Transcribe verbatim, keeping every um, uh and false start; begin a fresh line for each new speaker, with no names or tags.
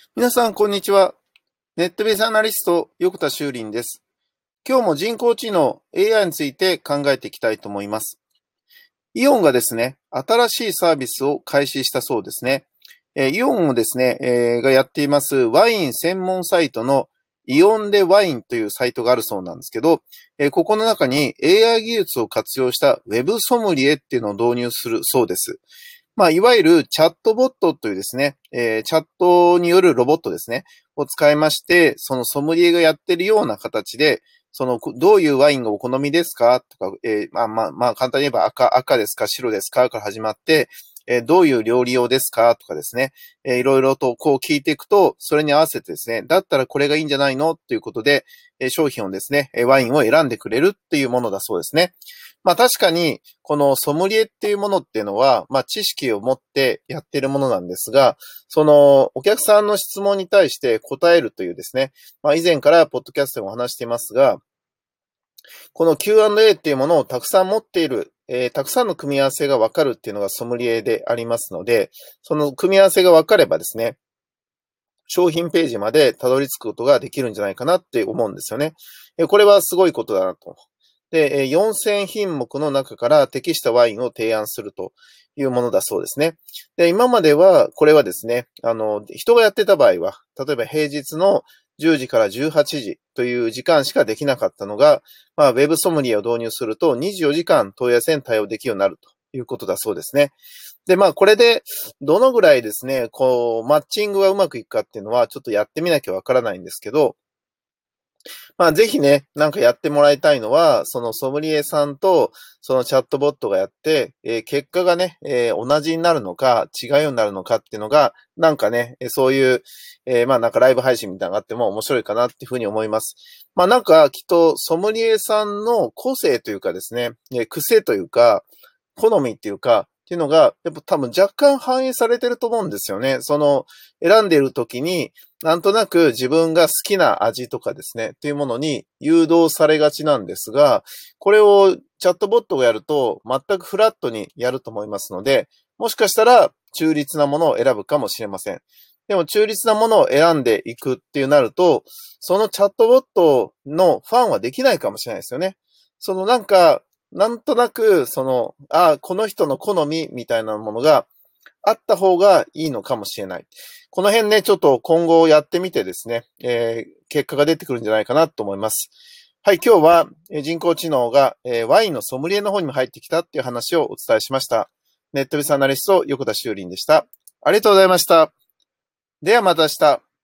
皆さん、こんにちは。ネットベースアナリスト、横田修林です。今日も人工知能 エーアイ について考えていきたいと思います。イオンがですね、新しいサービスを開始したそうですね。えーイオンをですね、えーがやっていますワイン専門サイトのイオンでワインというサイトがあるそうなんですけど、えーここの中に エーアイ 技術を活用したウェブソムリエっていうのを導入するそうです。まあ、いわゆるチャットボットというですね、えーチャットによるロボットですね、を使いまして、そのソムリエがやってるような形で、その、どういうワインがお好みですかとか、えーまあまあ、まあ、簡単に言えば赤、赤ですか白ですかから始まって、えーどういう料理用ですかとかですね、えーいろいろとこう聞いていくと、それに合わせてですね、だったらこれがいいんじゃないのということで、えー商品をですね、えーワインを選んでくれるっていうものだそうですね。まあ確かに、このソムリエっていうものっていうのは、まあ知識を持ってやってるものなんですが、そのお客さんの質問に対して答えるというですね、まあ以前からポッドキャストでも話していますが、この キューアンドエー っていうものをたくさん持っている、えーたくさんの組み合わせがわかるっていうのがソムリエでありますので、その組み合わせがわかればですね、商品ページまでたどり着くことができるんじゃないかなって思うんですよね。えこれはすごいことだなと。で、えよんせん品目の中から適したワインを提案するというものだそうですね。で、今までは、これはですね、あの、人がやってた場合は、例えば平日のじゅうじからじゅうはちじという時間しかできなかったのが、まあ、ウェブソムリエを導入するとにじゅうよじかん問い合わせに対応できるようになるということだそうですね。で、まあ、これで、どのぐらいですね、こう、マッチングがうまくいくかっていうのは、ちょっとやってみなきゃわからないんですけど、まあ、ぜひね、なんかやってもらいたいのは、そのソムリエさんと、そのチャットボットがやって、えー結果がね、えー同じになるのか、違うようになるのかっていうのが、なんかね、えーそういう、えーまあなんかライブ配信みたいなのがあっても面白いかなっていうふうに思います。まあなんか、きっとソムリエさんの個性というかですね、えー癖というか、好みっていうか、っていうのが、やっぱ多分若干反映されてると思うんですよね。その、選んでいる時に、なんとなく自分が好きな味とかですね、っていうものに誘導されがちなんですが、これをチャットボットがやると全くフラットにやると思いますので、もしかしたら中立なものを選ぶかもしれません。でも中立なものを選んでいくっていうなると、そのチャットボットのファンはできないかもしれないですよね。そのなんか、なんとなく、その、ああ、この人の好みみたいなものがあった方がいいのかもしれない。この辺ね、ちょっと今後やってみてですね、えー結果が出てくるんじゃないかなと思います。はい、今日はえー人工知能が、えーワインのソムリエの方にも入ってきたっていう話をお伝えしました。ネットビスアナリスト、横田修林でした。ありがとうございました。ではまた明日。